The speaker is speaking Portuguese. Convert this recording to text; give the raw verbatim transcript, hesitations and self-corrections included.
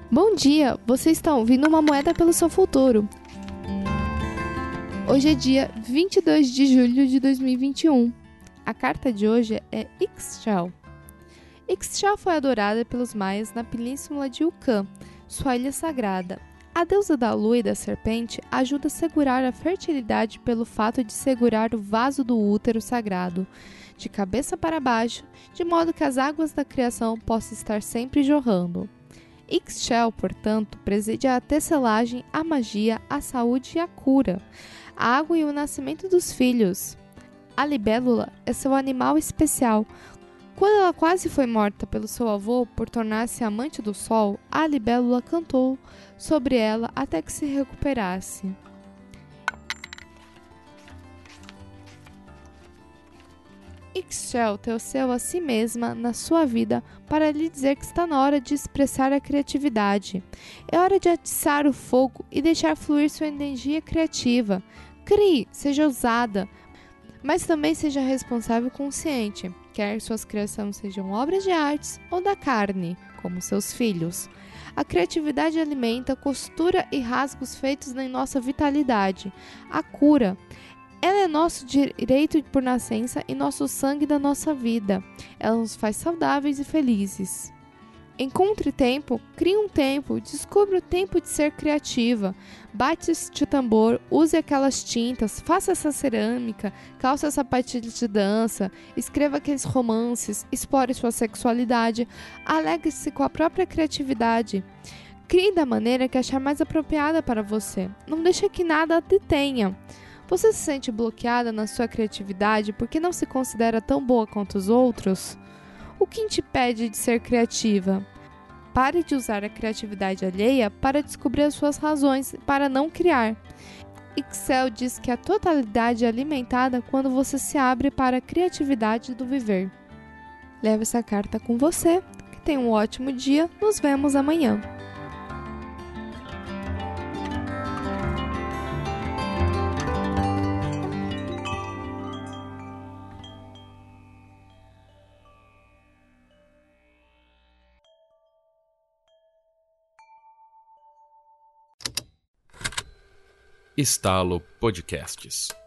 Bom dia, você está ouvindo Uma Moeda pelo Seu Futuro. Hoje é dia vinte e dois de julho de dois mil e vinte e um. A carta de hoje é Ixchel. Ixchel foi adorada pelos maias na península de Yucatán, sua ilha sagrada. A deusa da lua e da serpente ajuda a segurar a fertilidade pelo fato de segurar o vaso do útero sagrado, de cabeça para baixo, de modo que as águas da criação possam estar sempre jorrando. Ixchel, portanto, preside a tecelagem, a magia, a saúde e a cura, a água e o nascimento dos filhos. A libélula é seu animal especial. Quando ela quase foi morta pelo seu avô por tornar-se amante do sol, a libélula cantou sobre ela até que se recuperasse. Ixchel teceu a si mesma na sua vida para lhe dizer que está na hora de expressar a criatividade. É hora de atiçar o fogo e deixar fluir sua energia criativa. Crie, seja ousada, mas também seja responsável e consciente, quer suas criações sejam obras de artes ou da carne, como seus filhos. A criatividade alimenta, costura e rasgos feitos em nossa vitalidade. A cura. Ela é nosso direito por nascença e nosso sangue da nossa vida. Ela nos faz saudáveis e felizes. Encontre tempo, crie um tempo, descubra o tempo de ser criativa. Bate este tambor, use aquelas tintas, faça essa cerâmica, calce essa sapatilha de dança, escreva aqueles romances, explore sua sexualidade, alegre-se com a própria criatividade. Crie da maneira que achar mais apropriada para você. Não deixe que nada a detenha. Você se sente bloqueada na sua criatividade porque não se considera tão boa quanto os outros? O que te impede de ser criativa? Pare de usar a criatividade alheia para descobrir as suas razões para não criar. Ixchel diz que a totalidade é alimentada quando você se abre para a criatividade do viver. Leve essa carta com você. Que tenha um ótimo dia. Nos vemos amanhã. Estalo Podcasts.